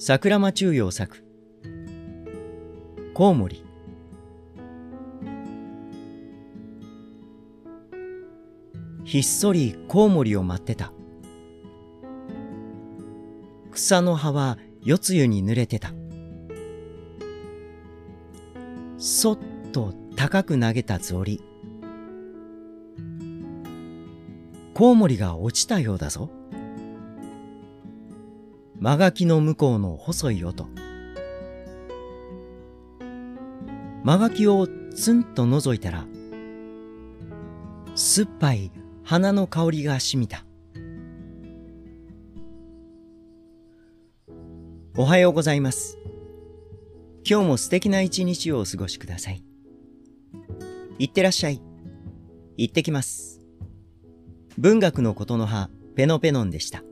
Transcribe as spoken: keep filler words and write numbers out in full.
桜間中陽作コウモリ。ひっそりコウモリを待ってた。草の葉は夜露に濡れてた。そっと高く投げた草履。コウモリが落ちたようだぞ。間垣の向こうの細い音。間垣をツンと覗いたら、酸っぱい花の香りがしみた。おはようございます。今日も素敵な一日をお過ごしください。いってらっしゃい。行ってきます。文学のことの葉ペノペノンでした。